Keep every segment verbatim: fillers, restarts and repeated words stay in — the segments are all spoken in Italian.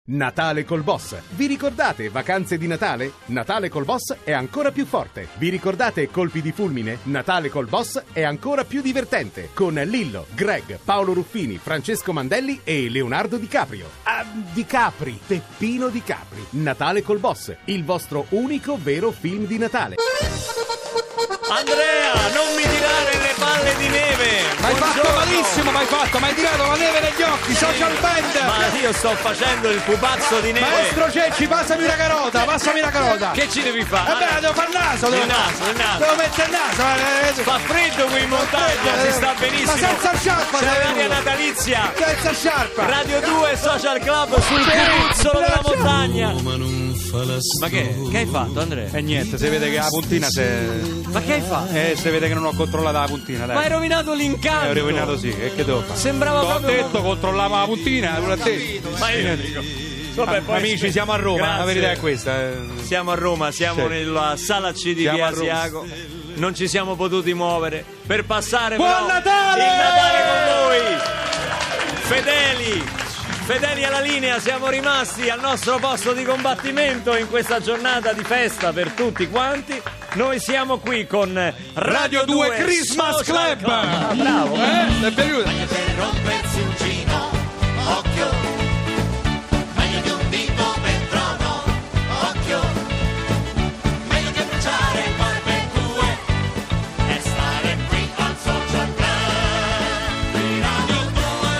Natale col Boss. Vi ricordate vacanze di Natale? Natale col Boss è ancora più forte. Vi ricordate colpi di fulmine? Natale col Boss è ancora più divertente. Con Lillo, Greg, Paolo Ruffini, Francesco Mandelli e Leonardo Di Caprio. Ah, Di Capri, Peppino Di Capri. Natale col Boss, il vostro unico vero film di Natale. Andrea, non mi tirare le palle di neve! Ma hai Buongiorno. fatto malissimo, ma hai fatto, ma hai tirato la neve negli occhi, social band! Ma io sto facendo il pupazzo di neve! Maestro Cecci, passami una carota, passami una carota! Che ci devi fare? Vabbè, devo fare il naso, devo Il naso, il naso. Devo mettere il naso! eh, Fa freddo qui in montagna, si sta benissimo! Ma senza sciarpa! C'è sei l'aria venuto. natalizia! Senza sciarpa! Radio due Social Club sul curuzzolo della montagna! Ma che? Che hai fatto, Andrea? E niente, si vede che la puntina si... Ma che hai fatto? Eh, si vede che non ho controllato la puntina, dai. Ma hai rovinato l'incanto! Eh, ho rovinato sì, e che devo fare? Sembrava T'ho proprio... detto, controlliamo la puntina, pure a te. Ma io dico... Vabbè, Ah, poi- amici, siamo a Roma, Grazie. la verità è questa. eh. Siamo a Roma, siamo Sì. nella sala C di Siamo Via a Roma. Asiago. Non ci siamo potuti muovere per passare Buon però Natale! il Natale con voi. Fedeli, fedeli alla linea, siamo rimasti al nostro posto di combattimento in questa giornata di festa per tutti quanti. Noi siamo qui con Radio, Radio due Christmas Social Club. Ah, bravo. Eh, è piaciuto? Per rompersi un gino, occhio, meglio di un dito per trono, occhio, meglio che bruciare barbecue e stare qui al Social Club di Radio due.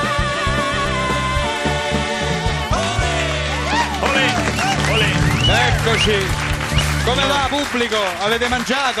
Olè, olè. Eccoci. Come va, pubblico? Avete mangiato?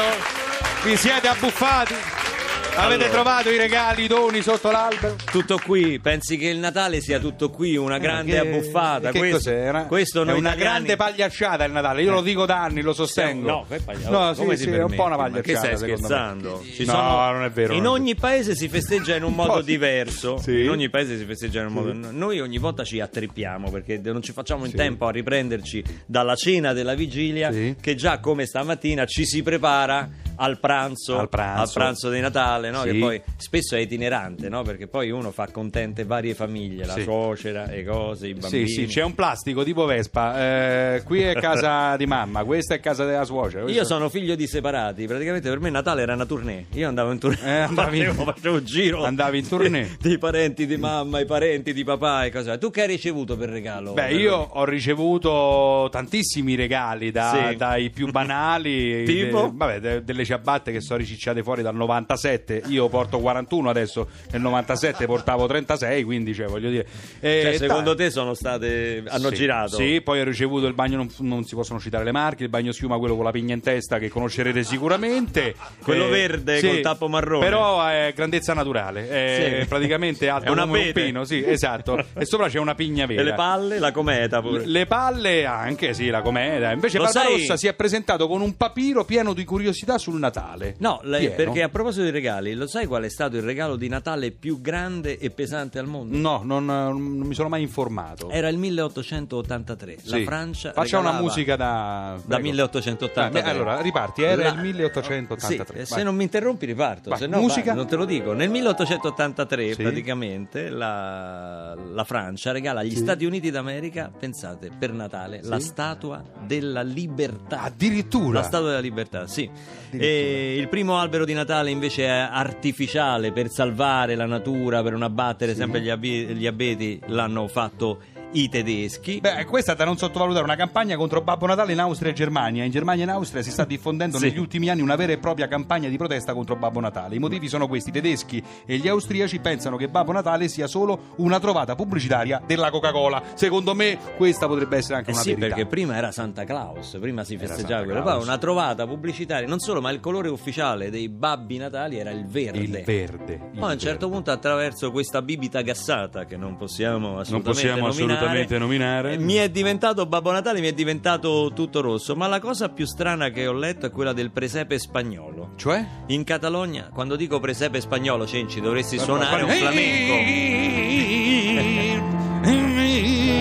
Vi siete abbuffati? Avete Allora. trovato i regali, i doni sotto l'albero? Tutto qui, pensi che il Natale sia tutto qui, una grande Che- abbuffata? Che questo, cos'era? questo è noi una italiani- grande pagliacciata il Natale, io lo dico da anni, lo sostengo. No, che paglia- No, sì, come sì, ti è un po' una permetti? Ma che pagliacciata, stai secondo scherzando? me. Ci No, sono- non è vero, In non è ogni paese si festeggia in un modo po' diverso. sì. In ogni paese si festeggia in un modo. Noi ogni volta ci attrippiamo perché non ci facciamo in Sì. tempo a riprenderci dalla cena della vigilia, Sì. che già come stamattina ci si prepara al pranzo, Al pranzo. di Natale, no? Sì. Che poi spesso è itinerante, no? Perché poi uno fa contente varie famiglie, la Sì. suocera, le cose, i bambini. Sì, sì, c'è un plastico tipo Vespa. Eh, qui è casa di mamma, questa è casa della suocera. Io questo- sono figlio di separati, praticamente per me Natale era una tournée. Io andavo in tournée, Eh, andavi- facevo, facevo giro. Andavi in tournée. Dei parenti di mamma, i parenti di papà e cose. Tu che hai ricevuto per regalo? Beh, Per- io ho ricevuto tantissimi regali, da- Sì. dai più banali, Tipo? de- vabbè, de- delle ciabatte che sono ricicciate fuori dal novantasette. Io porto quarantuno adesso, nel novantasette portavo trentasei, quindi cioè, voglio dire. eh, Cioè, secondo ta- te sono state. Hanno sì, girato? Sì, poi ho ricevuto il bagno, non, non si possono citare le marche, il bagno schiuma, quello con la pigna in testa, che conoscerete sicuramente. Quello verde col tappo marrone. Però è grandezza naturale, è Sì. praticamente alto È un come un abete. pino, sì, esatto. E sopra c'è una pigna vera. E le palle? La cometa pure. Le- Le palle anche, sì, la cometa. Invece Lo Barbarossa sai- si è presentato con un papiro pieno di curiosità sul Natale. No, le- Pieno. perché a proposito di regali, lo sai qual è stato il regalo di Natale più grande e pesante al mondo? No, non, non mi sono mai informato. Era il milleottocentottantatré. La Sì. Francia Faccia una regalava- musica da... Da prego. milleottocentottantatré. Ah, allora, riparti, era La- il milleottocentottantatré. Sì, Vai. se non mi interrompi riparto. Vai, Se no, musica? vai, non te lo dico. Nel milleottocentottantatré Sì. praticamente la, la Francia regala agli Sì. Stati Uniti d'America, pensate, per Natale, la Statua della Libertà. Addirittura? La Statua della Libertà, sì. Addirittura. E il primo albero di Natale invece è artificiale per salvare la natura, per non abbattere sempre gli, abi- gli abeti, l'hanno fatto i tedeschi. Beh, questa è da non sottovalutare, una campagna contro Babbo Natale in Austria e Germania. In Germania e in Austria si sta diffondendo Sì. negli ultimi anni una vera e propria campagna di protesta contro Babbo Natale. I motivi sono questi: i tedeschi e gli austriaci pensano che Babbo Natale sia solo una trovata pubblicitaria della Coca-Cola. Secondo me questa potrebbe essere anche Eh una sì, verità. perché prima era Santa Claus, prima si Era festeggiava Santa quello, Claus. poi una trovata pubblicitaria, non solo, ma il colore ufficiale dei babbi natali era il verde. il verde. il Poi a un certo verde. punto, attraverso questa bibita gassata che non possiamo assolutamente Non possiamo nominare, assolutamente nominare. eh, mi è diventato Babbo Natale, mi è diventato tutto rosso. Ma la cosa più strana che ho letto è quella del presepe spagnolo. Cioè? In Catalogna, quando dico presepe spagnolo, Cenci, dovresti Ma- suonare ma- un flamenco.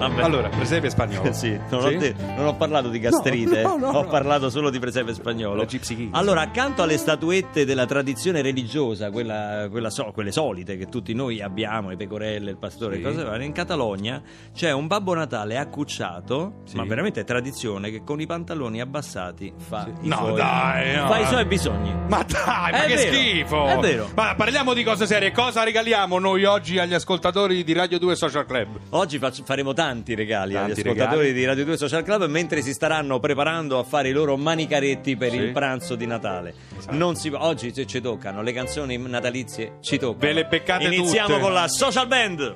Vabbè. Allora, presepe spagnolo. Sì, non, Ho Sì? de- non ho parlato di gastrite, No, no, no, ho no. parlato solo di presepe spagnolo. La Gypsy King. Allora, accanto alle statuette della tradizione religiosa, quella, quella so- quelle solite che tutti noi abbiamo, le pecorelle, il pastore, Sì. cose varie, in Catalogna c'è un Babbo Natale accucciato, Sì. ma veramente è tradizione, che con i pantaloni abbassati fa, i, No, suoi, dai, no. fa i suoi bisogni. Ma dai, ma È che vero, schifo! è vero. Ma parliamo di cose serie. Cosa regaliamo noi oggi agli ascoltatori di Radio due Social Club? Oggi faccio- faremo tanti regali Tanti agli ascoltatori regali. di Radio due Social Club mentre si staranno preparando a fare i loro manicaretti per Sì. il pranzo di Natale. Esatto. Non si, oggi se ci toccano le canzoni natalizie, ci toccano. Ve le beccate Iniziamo tutte. con la Social Band.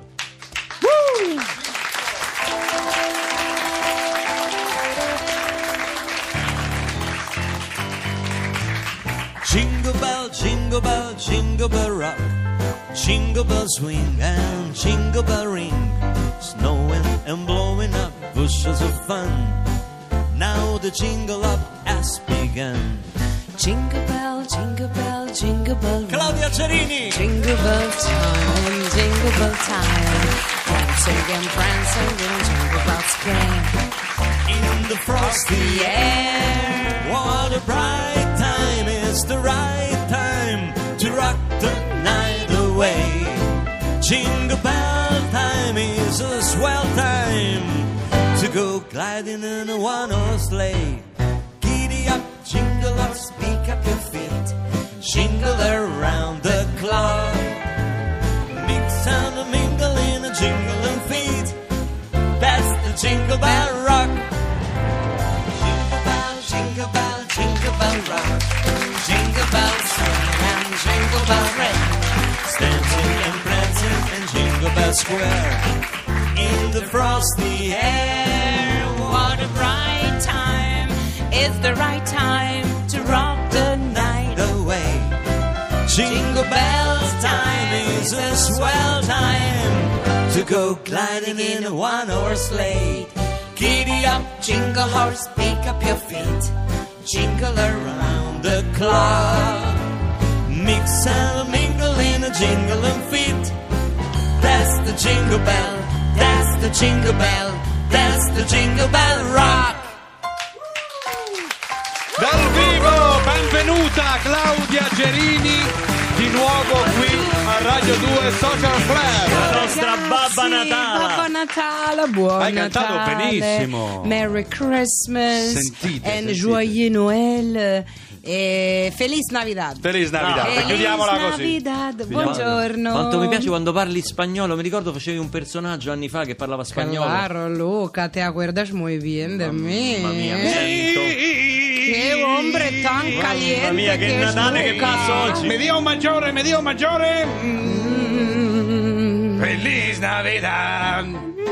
Jingle bell, jingle bell, jingle bell rock. Jingle bell swing and jingle bell ring. Snowing and blowing up bushels of fun. Now the jingle up has begun. Jingle bell, jingle bell, jingle bell rock. Claudia Cerini. Jingle bell time and jingle bell time. Dancing and prancing in jingle bell spring. In the frosty air, what a bright time, is the right time to rock the night away. Jingle bell time is a swell time to go gliding in a one-horse sleigh. Giddy up, jingle up, speak up your feet, jingle around the clock. Mix and mingle in a jingling feet, that's the jingle bell rock. Jingle bell, jingle bell rock. Jingle bell swing and jingle bell ring. Dancing and prancing and jingle bell square. In the frosty air, What a bright time. It's the right time to rock the night. away. Jingle bells time is a swell time to go gliding in a one-horse sleigh. Giddy up, jingle horse, pick up your feet, jingle around the clock. Mix and mingle in a jingling feet. That's the jingle bell, that's the jingle bell, that's the jingle bell rock. Dal vivo, benvenuta Claudia Gerini di nuovo qui a Radio due Social Club. La nostra Babba Ragazzi, Natale. Babba Natale, buon Hai cantato Natale. benissimo. Merry Christmas. Sentite, and sentite. Joyeux Noël. E Feliz Navidad. Feliz Navidad, Feliz chiudiamola così. Navidad, buongiorno. Quanto mi piace quando parli spagnolo. Mi ricordo facevi un personaggio anni fa che parlava spagnolo. Claro, Luca, te acuerdas muy bien de mí. Mamma mia, mi sento. Che hombre tan caliente. Mamma mia, che que es Natale che Luca. passo oggi. Mi dio un maggiore, mi dio un maggiore. Mm. Feliz Navidad.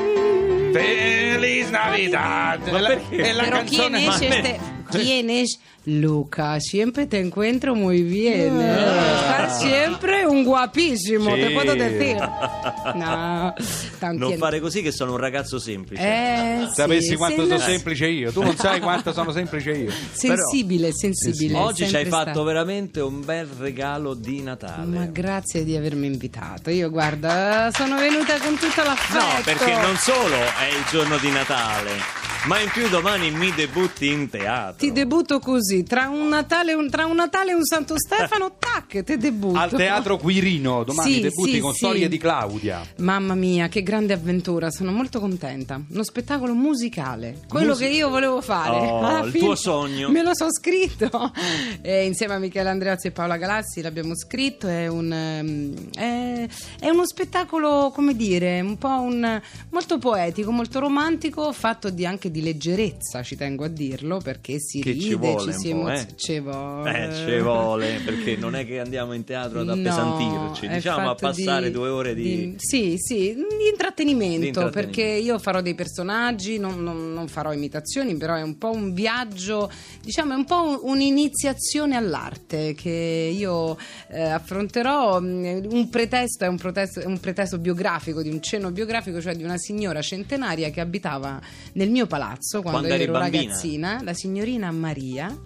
Feliz Navidad. Ma È la- perché? È la Pero canzone. ¿quién es Ma- este? ¿Quién es? Luca, siempre te encuentro muy bien. ¿eh? Estás siempre un guapísimo, Sí. te puedo decir. No, tan Non tien- fare così che sono un ragazzo semplice. Eh, sì, Sapessi quanto sono sen- semplice io. Tu non sai quanto sono semplice io. Sensibile, sensibile. Oggi ci hai sempre fatto stato. veramente un bel regalo di Natale. Ma grazie di avermi invitato. Io guarda, sono venuta con tutto l'affetto. No, perché non solo è il giorno di Natale, ma in più domani mi debutti in teatro. Ti debutto così, tra un Natale, un, tra un Natale e un Santo Stefano, tac, te debutto. Al Teatro Quirino, domani Sì, debutti sì, con sì. Storie di Claudia. Mamma mia, che grande avventura, sono molto contenta. Uno spettacolo musicale, quello Musi- che io volevo fare. Oh, Alla il fine tuo sogno. Me lo so scritto. E insieme a Michele Andreazzi e Paola Galassi l'abbiamo scritto. È, un, ehm, è, è uno spettacolo, come dire, un po' un, molto poetico, molto romantico, fatto di, anche di leggerezza, ci tengo a dirlo, perché si Che ride, ci vuole ci si un po', emozio- eh? ci vuole. Eh, ci vuole, perché non è che andiamo in teatro ad No, appesantirci, è diciamo a fatto passare di- due ore di... Sì, sì, di intrattenimento, Di intrattenimento. perché io farò dei personaggi, non, non- non farò imitazioni, però è un po' un viaggio, diciamo è un po' un- un'iniziazione all'arte che io eh, affronterò. mm, Un pretesto è un, protesto- è un pretesto biografico, di un cenno biografico, cioè di una signora centenaria che abitava nel mio palazzo quando, Quando io eri ero bambina. ragazzina, la signorina Maria.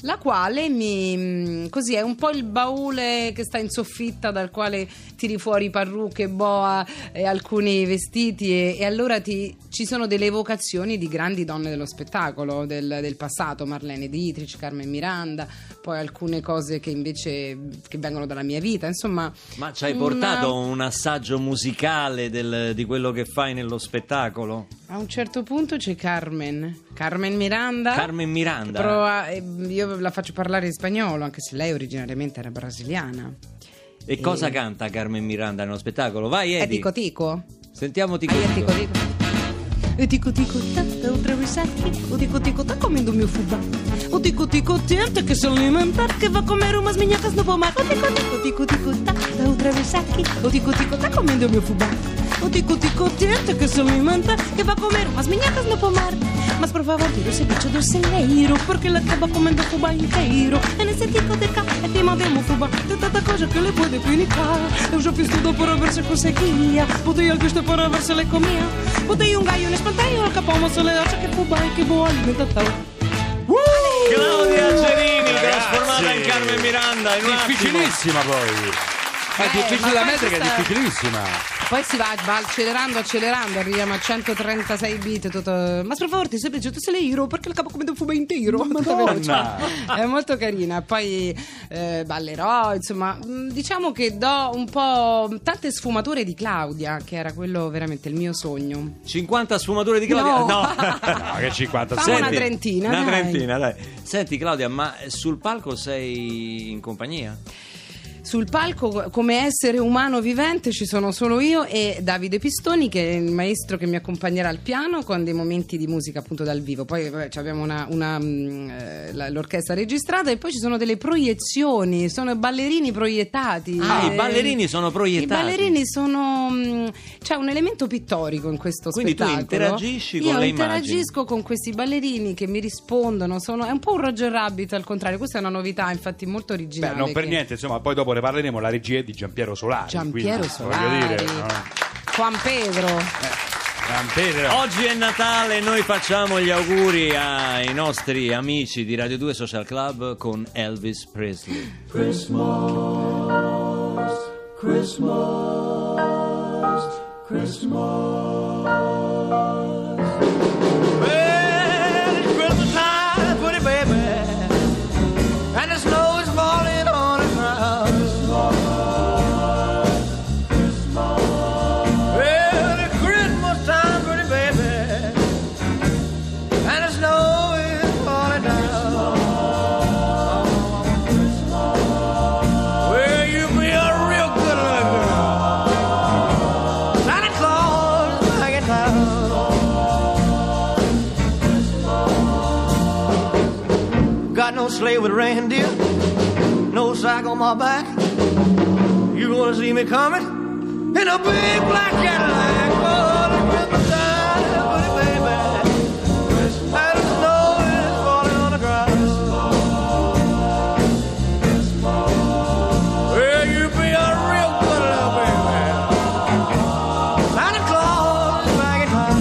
la quale mi così è un po' il baule che sta in soffitta dal quale tiri fuori parrucche, boa e alcuni vestiti e, e allora ti, ci sono delle evocazioni di grandi donne dello spettacolo del, del passato, Marlene Dietrich, Carmen Miranda, poi alcune cose che invece che vengono dalla mia vita, insomma. Ma ci hai una... portato un assaggio musicale del, di quello che fai nello spettacolo? A un certo punto c'è Carmen Carmen Miranda Carmen Miranda prova, io la faccio parlare in spagnolo anche se lei originariamente era brasiliana. E, e cosa canta Carmen Miranda nello spettacolo? Vai Edi. È Tico Tico. Sentiamo Tico Aí é Tico. tico tico. E tico tico tá, eu atravessar aqui. O tico tico tá comendo o meu fubá. O tico tico tenta que se alimentar, que vai comer umas minhocas no pomar. O tico tico tico tico tá, eu atravessar aqui. O tico tico tá comendo o meu fubá. O tico tico tenta que se alimentar, que vai comer umas minhocas no pomar. Mas por favor tira esse bicho do celeiro, porque ele acaba comendo o fubá inteiro. E nesse tico de cá é que mandei o fubá. Tem tanta coisa que ele pode pinicar. Eu já fiz tudo para ver se conseguia. Botei a vista para ver se ele comia. Botei um galho no espantalho, al capão, ma se le lascia che fubá e che buona alimentazione. Claudia Cerini trasformata in Carmen Miranda in un attimo. Difficilissima poi. È Eh, difficile ma da poi mettere, che è questa- difficilissima. Poi si va, va accelerando, accelerando, arriviamo a centotrentasei bit. Tutto... Ma per favore, ti sei piaciuto se lei ero perché il capo come un fumo intero. Molto veloce. È molto carina. Poi eh, ballerò, insomma, mh, diciamo che do un po' tante sfumature di Claudia, che era quello veramente il mio sogno. cinquanta sfumature di Claudia? No. No, che cinquanta. Fammi una trentina, Una dai. trentina, dai. Senti Claudia, ma sul palco sei in compagnia? Sul palco come essere umano vivente ci sono solo io e Davide Pistoni, che è il maestro che mi accompagnerà al piano con dei momenti di musica appunto dal vivo. Poi vabbè, abbiamo una, una, mh, eh, la- l'orchestra registrata e poi ci sono delle proiezioni, sono ballerini proiettati. Ah, Eh, i ballerini sono proiettati. I ballerini sono mh, c'è un elemento pittorico in questo Quindi tu spettacolo. interagisci con io le interagisco con questi ballerini che mi rispondono, sono, è un po' un Roger Rabbit al contrario. Questa è una novità infatti molto originale. Beh, non per che- niente, insomma, poi dopo ne parleremo. La regia è di Giampiero Solari. Giampiero quindi, Solari, voglio dire, no? Juan Pedro. Giampiero. Oggi è Natale, noi facciamo gli auguri ai nostri amici di Radio due Social Club con Elvis Presley. Well, it's Christmas time, pretty baby, and the snow is falling on the ground. Well, it's Christmas time, pretty baby, and the snow is falling down. Well, you be a real good little girl. Santa Claus is back in town. Got no sleigh with reindeer, no sack on my back. You gonna see me coming in a big black Cadillac. Oh, the Christmas time, pretty baby, and the snow is falling on the ground. Well, you be a real good little baby. Santa Claus is back in town.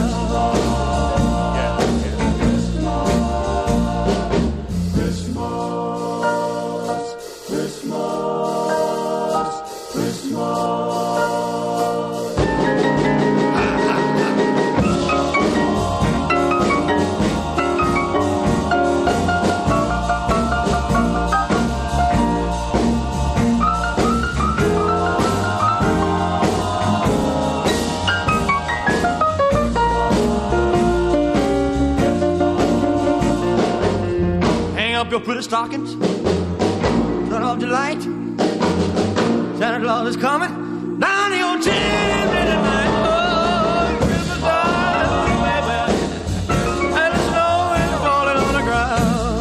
Hang up your pretty stockings, turn off the light. Santa Claus is coming down your chimney tonight. Oh, Christmas time, baby, and the snow is falling on the ground.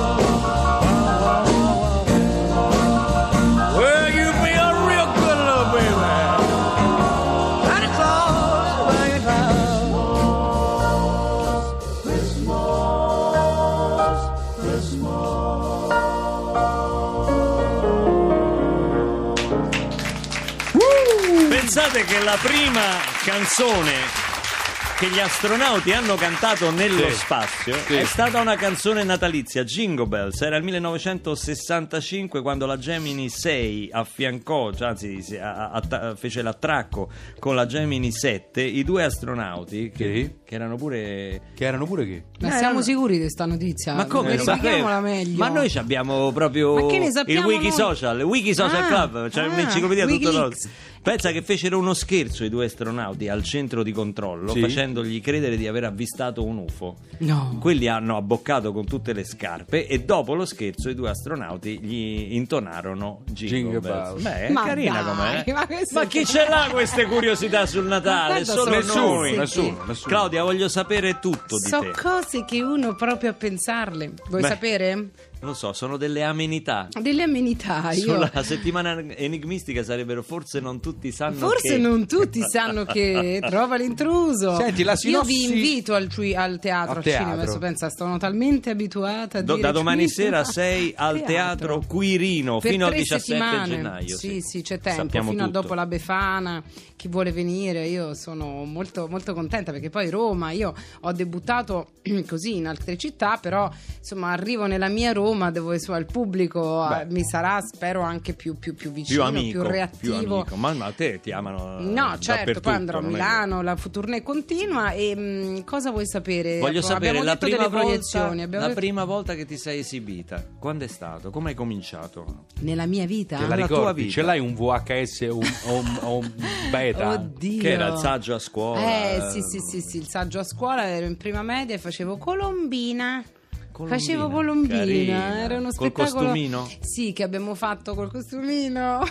Well, you be a real good little baby. Santa Claus is back in town. Pensate che la prima canzone che gli astronauti hanno cantato nello Sì. spazio Sì. è stata una canzone natalizia, Jingle Bells. Era il millenovecentosessantacinque quando la Gemini sei affiancò, cioè, anzi si- a- a- fece l'attracco con la Gemini sette, i due astronauti che, Sì. che erano pure... Che erano pure chi? Ma Eh, siamo no. sicuri di sta notizia? Ma come lo Verifichiamola sapevo? meglio. Ma noi ci abbiamo proprio Ma che ne il sappiamo Wiki noi? Social, il Wiki Social Ah, Club, cioè ah, un'enciclopedia tutto Wikileaks. nostro. Pensa che fecero uno scherzo i due astronauti al centro di controllo, Sì. facendogli credere di aver avvistato un U F O. No. Quelli hanno abboccato con tutte le scarpe e dopo lo scherzo i due astronauti gli intonarono Jingle, Jingle Bells. Bells. Beh, è Ma carina dai, com'è. ma questo Ma è- chi ce l'ha queste curiosità sul Natale? guarda, Solo sono noi. cose Nessuno, che- nessuno. Claudia, voglio sapere tutto di So te. cose che uno proprio a pensarle. Vuoi Beh. sapere? Non so, sono delle amenità. Delle amenità. Io... Sulla settimana enigmistica sarebbero forse non tutti sanno Forse che... non tutti sanno che trova l'intruso. Senti, la Io vi sinossi- invito al, ci- al teatro, Al al cinema. teatro. Adesso pensa, sono talmente abituata a Do- dire da domani cinema. sera sei al Teatro Quirino Per fino al tre diciassette settimane. gennaio. Sì, sì, c'è tempo. Sappiamo fino a tutto. dopo la Befana. Chi vuole venire, io sono molto, molto contenta perché poi Roma, io ho debuttato così in altre città, però insomma arrivo nella mia Roma dove insomma, il pubblico eh, mi sarà, spero, anche più, più, più vicino, Più amico, più reattivo. più amico. Ma, ma te ti amano No, certo, dappertutto, poi andrò a non è che- Milano, la tournée continua e mh, cosa vuoi sapere? Voglio Ecco, sapere abbiamo la detto prima, delle volta, proiezioni, abbiamo la detto- prima volta che ti sei esibita. Quando è stato? Come hai cominciato? nella mia vita? Te la la tua ricordi? vita. Ce l'hai un V H S o un, o un- o un beta? Oddio. Che era il saggio a scuola? Eh sì sì sì sì, il saggio a scuola, ero in prima media e facevo Colombina. Colombina, Facevo Colombina, carina. era uno Col spettacolo. costumino? Sì, che abbiamo fatto col costumino.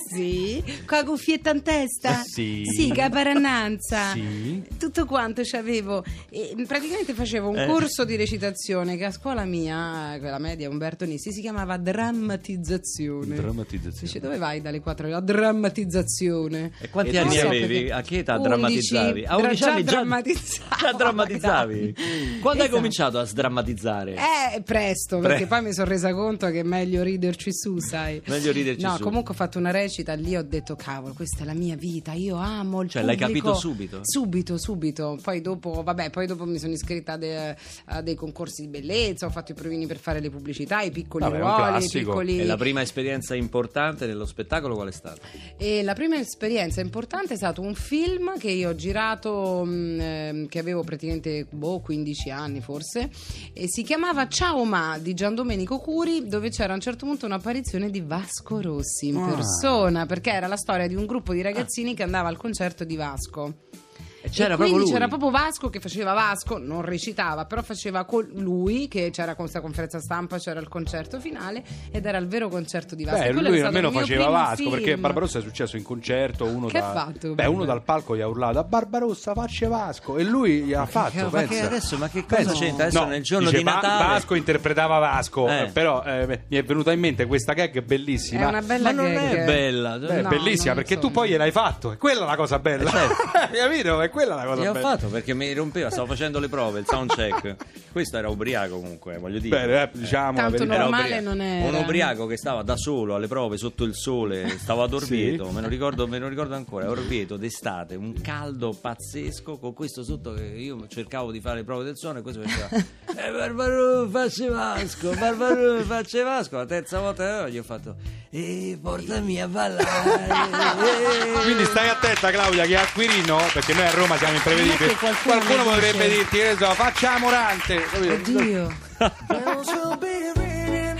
Sì, con la cuffietta in testa. Sì. Sì, caparannanza. Sì. Tutto quanto c'avevo. E praticamente facevo un Eh. corso di recitazione che a scuola mia, quella media Umberto Nissi, si chiamava drammatizzazione. Drammatizzazione. Dice, dove vai dalle quattro alla drammatizzazione? E quanti E anni tu? avevi? A che età undici. drammatizzavi? A Dra- undici già anni già drammatizzavo, già drammatizzavi? magari. Quando hai Esatto. cominciato a sdrammatizzare? Eh, presto, perché Pre- poi mi sono resa conto che è meglio riderci su, sai. Meglio riderci no, su. comunque ho fatto una recita, lì ho detto, cavolo, questa è la mia vita, io amo il Cioè, l'hai pubblico. capito subito? Subito, subito. Poi dopo, vabbè, poi dopo mi sono iscritta a, de- a dei concorsi di bellezza, ho fatto i provini per fare le pubblicità, i piccoli Vabbè, un ruoli, i classico. piccoli... E la prima esperienza importante nello spettacolo qual è stata? E la prima esperienza importante è stato un film che io ho girato, mh, ehm, che avevo praticamente boh, quindici anni forse, e si chiamava Ciao Ma di Gian Domenico Curi, dove c'era a un certo punto un'apparizione di Vasco Rossi in Ah. persona, perché era la storia di un gruppo di ragazzini che andava al concerto di Vasco. E c'era E proprio quindi lui. c'era proprio Vasco che faceva Vasco, non recitava, però faceva con lui, che c'era questa conferenza stampa, c'era il concerto finale ed era il vero concerto di Vasco. Beh, E quello è lui stato almeno il mio faceva primo Vasco, film. perché Barbarossa è successo in concerto, uno Che da- ha fatto? Beh, uno dal palco gli ha urlato a Barbarossa faccia Vasco e lui gli ha fatto, ma che pensa. adesso, ma che cosa Pensa. c'entra? Adesso No, nel giorno dice, di Va- Natale Vasco interpretava Vasco, Eh. eh, però eh, mi è venuta in mente questa gag bellissima. È una bella Ma non gag. è bella. Beh, Cioè, è No, bellissima non perché so. tu poi gliel'hai fatto, è quella la cosa bella. Capito? È quella la cosa Gli ho bella. fatto perché mi rompeva, stavo facendo le prove, il sound check. Questo era ubriaco comunque, voglio dire. Bene, eh, diciamo la Tanto verità. Era normale ubriaco. non era. Un ubriaco che stava da solo alle prove sotto il sole, stavo ad Orvieto, Sì. me, lo ricordo, me lo ricordo ancora, a Orvieto d'estate, un caldo pazzesco con questo sotto che io cercavo di fare le prove del suono e questo faceva eh, Barbarò faccia Vasco, Barbarò faccia Vasco, la terza volta eh, gli ho fatto eh, portami a ballare. Quindi stai attenta Claudia che a Quirino, perché noi a Roma siamo imprevedibili, Non è che qualcuno qualcuno mi potrebbe dice- dirti che ne so, faccia Morante, capito? Oddio. Bells will be ringing,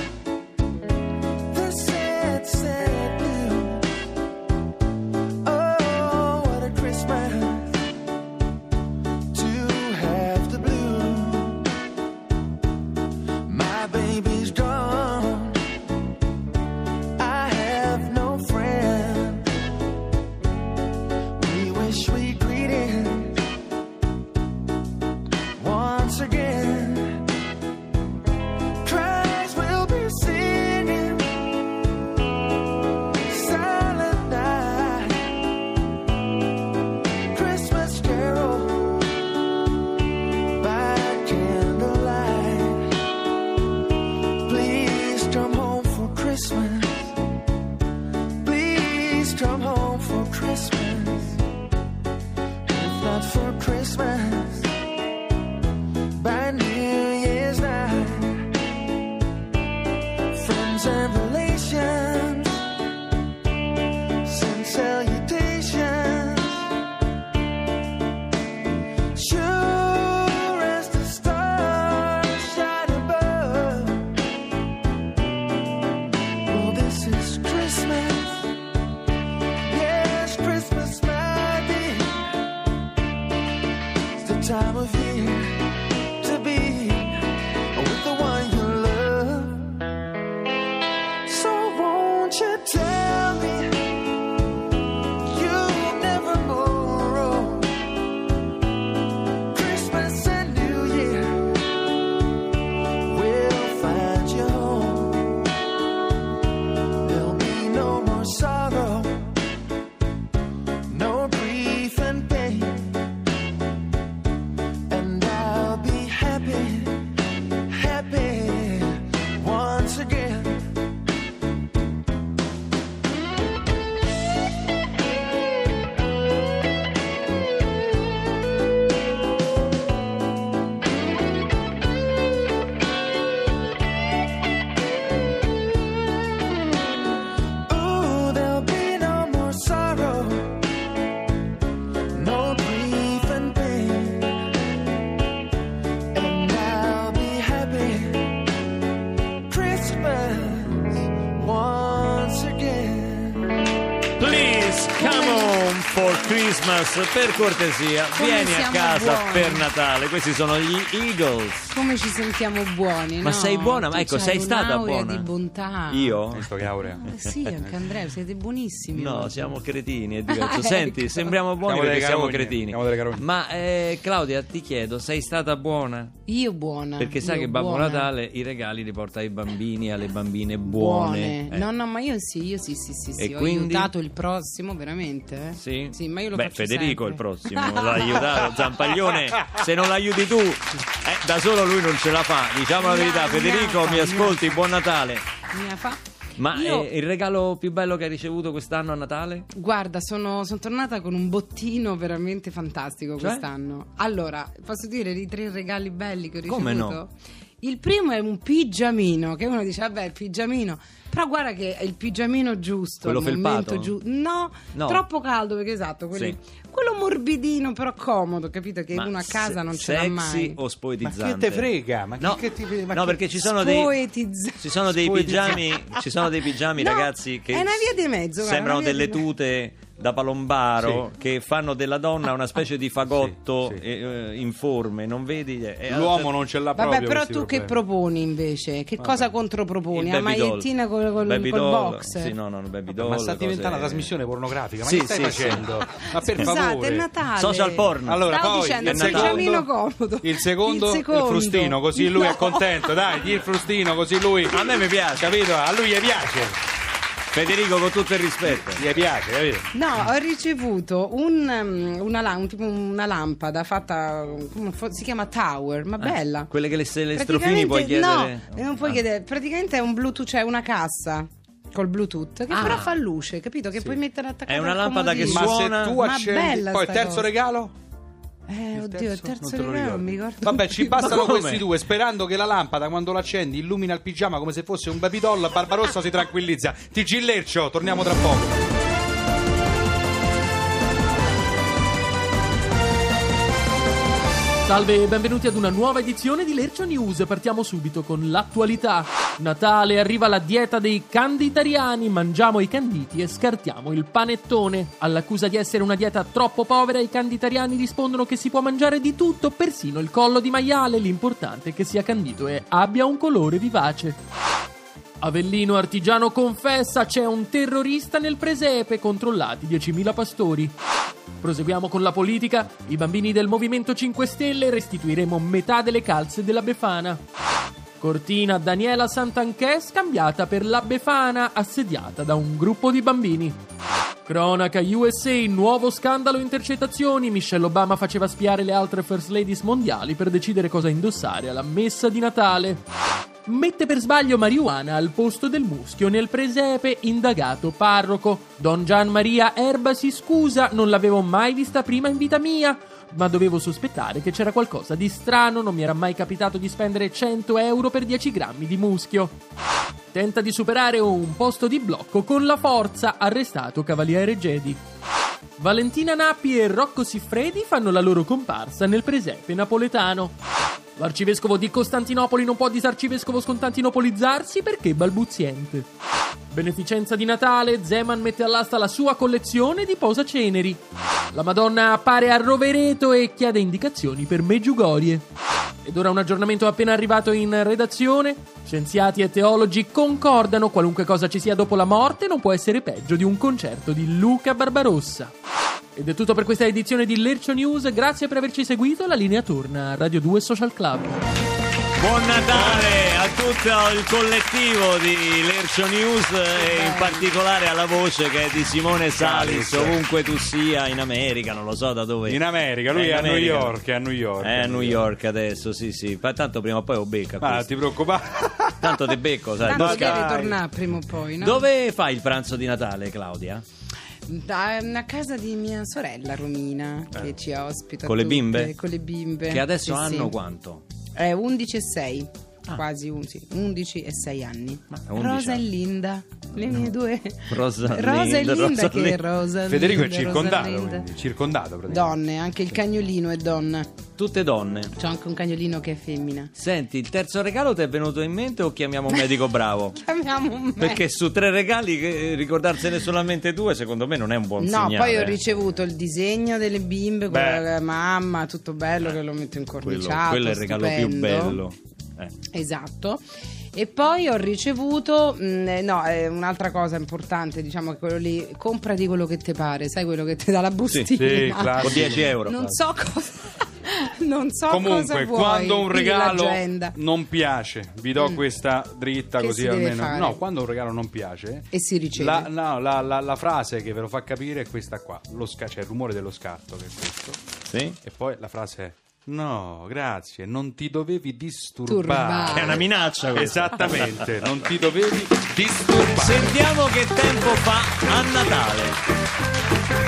the sad, sad news. Oh, what a Christmas to have the blue. My baby's gone, I have no friend. We wish we greeted once again. Try Christmas, per cortesia, Come vieni a siamo casa buoni. per Natale. Questi sono gli Eagles. Come ci sentiamo buoni, Ma no? sei buona? Ma Tu ecco, c'hai sei stata un'aurea buona? di bontà. Io? Visto che aurea. Eh sì, anche Andrea, siete buonissimi. No, oggi. siamo cretini, è diverso. Ah, Senti, ecco. sembriamo buoni Siamo perché delle siamo carogne, cretini. siamo delle carogne. Ma eh, Claudia, ti chiedo, sei stata buona? Io buona. Perché sai io che Babbo buona. Natale i regali li porta ai bambini, alle bambine buone. Buone. Eh. No, no, ma io sì, io sì, sì, sì, sì. E Ho quindi? aiutato il prossimo, veramente. Eh? Sì? Sì, ma io lo Beh, faccio Federico sempre. il prossimo, l'ha aiutato. Zampaglione, se non l'aiuti tu, eh, da solo lui non ce la fa. Diciamo la Mia- verità, Federico, mia- mi ascolti, mia- buon Natale. Mia fa. Ma Io- eh, il regalo più bello che hai ricevuto quest'anno a Natale? Guarda, sono, sono tornata con un bottino veramente fantastico Cioè? quest'anno. Allora, posso dire i tre regali belli che ho ricevuto? Come no? Il primo è un pigiamino, che uno dice, vabbè, il pigiamino. Però guarda che è il pigiamino giusto, Quello il momento felpato? giusto. No, No. troppo caldo, perché esatto, quelli- quello morbidino però comodo, capito? Che Ma uno a casa se- non ce l'ha mai. Sexy o Ma spoetizzante? che te frega? Ma No, che, che ti ma no, che- perché ci sono dei Spoetizza- ci sono dei Spoetizza- pigiami, ci sono dei pigiami, No, ragazzi, che è una via di mezzo, guarda, sembrano una via delle di mezzo. tute da palombaro che fanno della donna una specie di fagotto Sì, sì. eh, eh, informe, non vedi? Eh, L'uomo non ce l'ha Vabbè, proprio. però questi tu che problemi. proponi invece? Che cosa controproponi? il La baby doll. magliettina col, col, Baby col doll. box? Sì, no, no, il baby doll. Ma sta cose- diventando una trasmissione pornografica. Ma Sì, che stai sì, facendo? Ma per Scusate, favore. è Natale. Social porno. Allora, Stavo poi dicendo, il il secondo, pigiamino comodo. il secondo, Il il, secondo. frustino, così lui No. è contento. Dai, gli il frustino, così lui. A me mi piace. Capito? A lui gli piace. Federico, con tutto il rispetto. Gli piace, capito? No, ho ricevuto un, um, una, lam- tipo una lampada fatta, come fo- si chiama Tower, ma bella. Quelle che le, se le strofini Praticamente- puoi chiedere. No, non puoi Ah. chiedere. Praticamente è un Bluetooth, cioè una cassa col Bluetooth che Ah. però fa luce, capito? Che puoi mettere attaccata È una al lampada che comodino. Ma suona. se tu Ma accendi. bella Poi il sta terzo cosa. regalo? Eh, oddio, il terzo non te lo regalo non mi ricordi. ricordo. Vabbè, ci più. bastano Ma come? questi due, sperando che la lampada quando l'accendi illumina il pigiama come se fosse un baby doll. Barbarossa si tranquillizza. Ti gillercio, torniamo tra poco. Salve e benvenuti ad una nuova edizione di Lercio News. Partiamo subito con l'attualità. Natale, arriva la dieta dei canditariani, mangiamo i canditi e scartiamo il panettone. All'accusa di essere una dieta troppo povera, i canditariani rispondono che si può mangiare di tutto, persino il collo di maiale, l'importante è che sia candito e abbia un colore vivace. Avellino Artigiano confessa c'è un terrorista nel presepe, controllati diecimila pastori. Proseguiamo con la politica. I bambini del Movimento cinque Stelle restituiremo metà delle calze della Befana. Cortina, Daniela Santanchè scambiata per la Befana, assediata da un gruppo di bambini. Cronaca U S A, nuovo scandalo intercettazioni. Michelle Obama faceva spiare le altre First Ladies mondiali per decidere cosa indossare alla messa di Natale. Mette per sbaglio marijuana al posto del muschio nel presepe, indagato parroco. Don Gian Maria Erba si scusa, non l'avevo mai vista prima in vita mia, ma dovevo sospettare che c'era qualcosa di strano, non mi era mai capitato di spendere cento euro per dieci grammi di muschio. Tenta di superare un posto di blocco con la forza, arrestato Cavaliere Jedi. Valentina Nappi e Rocco Siffredi fanno la loro comparsa nel presepe napoletano. L'arcivescovo di Costantinopoli non può disarcivescovo scostantinopolizzarsi perché balbuziente. Beneficenza di Natale, Zeman mette all'asta la sua collezione di posaceneri. La Madonna appare a Rovereto e chiede indicazioni per Meggiugorie. Ed ora un aggiornamento appena arrivato in redazione. Scienziati e teologi concordano, qualunque cosa ci sia dopo la morte non può essere peggio di un concerto di Luca Barbarossa. Ed è tutto per questa edizione di Lercio News, grazie per averci seguito, la linea torna a Radio due Social Club. Buon Natale a tutto il collettivo di Lercio News e in particolare alla voce che è di Simone Salis, Salis. ovunque tu sia in America, non lo so da dove. In America, lui Eh, è in a New America. York, è a New York. È a New York adesso, sì sì, Ma tanto prima o poi lo becca Ma questo. ti preoccupare. Tanto te becco, sai. Tanto Ma deve dai. tornare prima o poi, no? Dove fai il pranzo di Natale, Claudia? Da, a casa di mia sorella Romina, che ci ospita Con le tutte, bimbe? con le bimbe Che adesso Sì, hanno sì. quanto? Eh, undici e sei. Ah. Quasi un, sì, undici e sei anni. undici Rosa e anni. Linda, le mie due. Rosa, Rosa e Linda, Linda, Rosa che Linda. Rosa Federico è Linda, circondato, Rosalinda. quindi, circondato praticamente. Donne, anche il cagnolino è donna. Tutte donne. C'ho anche un cagnolino che è femmina. Senti, il terzo regalo ti è venuto in mente o chiamiamo un medico bravo? Chiamiamo un medico. Perché su tre regali che- ricordarsene solamente due, secondo me non è un buon No, segnale. poi ho eh. ricevuto il disegno delle bimbe, Beh. quella che- mamma, tutto bello che lo metto quello, incorniciato. quello è il regalo stupendo. più bello. Eh. Esatto. E poi ho ricevuto, mh, no, eh, un'altra cosa importante, diciamo che quello lì, comprati quello che ti pare, sai quello che ti dà la bustina. sì, classico. Con dieci euro. Non so cosa, non so cosa Comunque, vuoi. quando un quindi regalo l'agenda. non piace, vi do questa dritta Che così si deve almeno. fare? No, quando un regalo non piace, E si riceve. la, no, la, la- la frase che ve lo fa capire è questa qua: lo sca- cioè il rumore dello scarto, che è questo. Sì? E poi la frase è: no, grazie, non ti dovevi disturbare. Turbare. È una minaccia questa. Esattamente, non ti dovevi disturbare. Sentiamo che tempo fa a Natale.